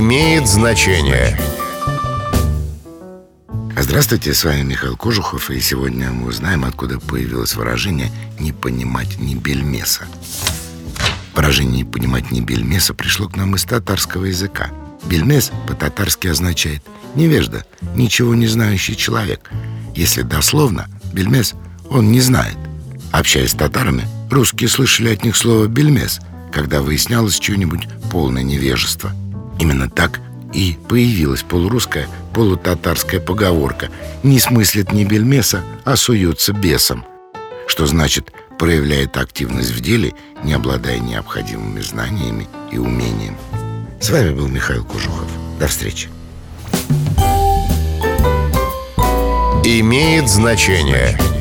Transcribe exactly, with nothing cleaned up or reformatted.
Имеет значение. Здравствуйте, с вами Михаил Кожухов. И сегодня мы узнаем, откуда появилось выражение «не понимать ни бельмеса». Выражение «не понимать ни бельмеса» пришло к нам из татарского языка. Бельмес по-татарски означает «невежда», «ничего не знающий человек». Если дословно, бельмес он не знает. Общаясь с татарами, русские слышали от них слово «бельмес», когда выяснялось что-нибудь полное невежество. Именно так и появилась полурусская, полутатарская поговорка «не смыслят ни бельмеса, а суются бесом», что значит проявляет активность в деле, не обладая необходимыми знаниями и умениями. С вами был Михаил Кожухов. До встречи. Имеет значение.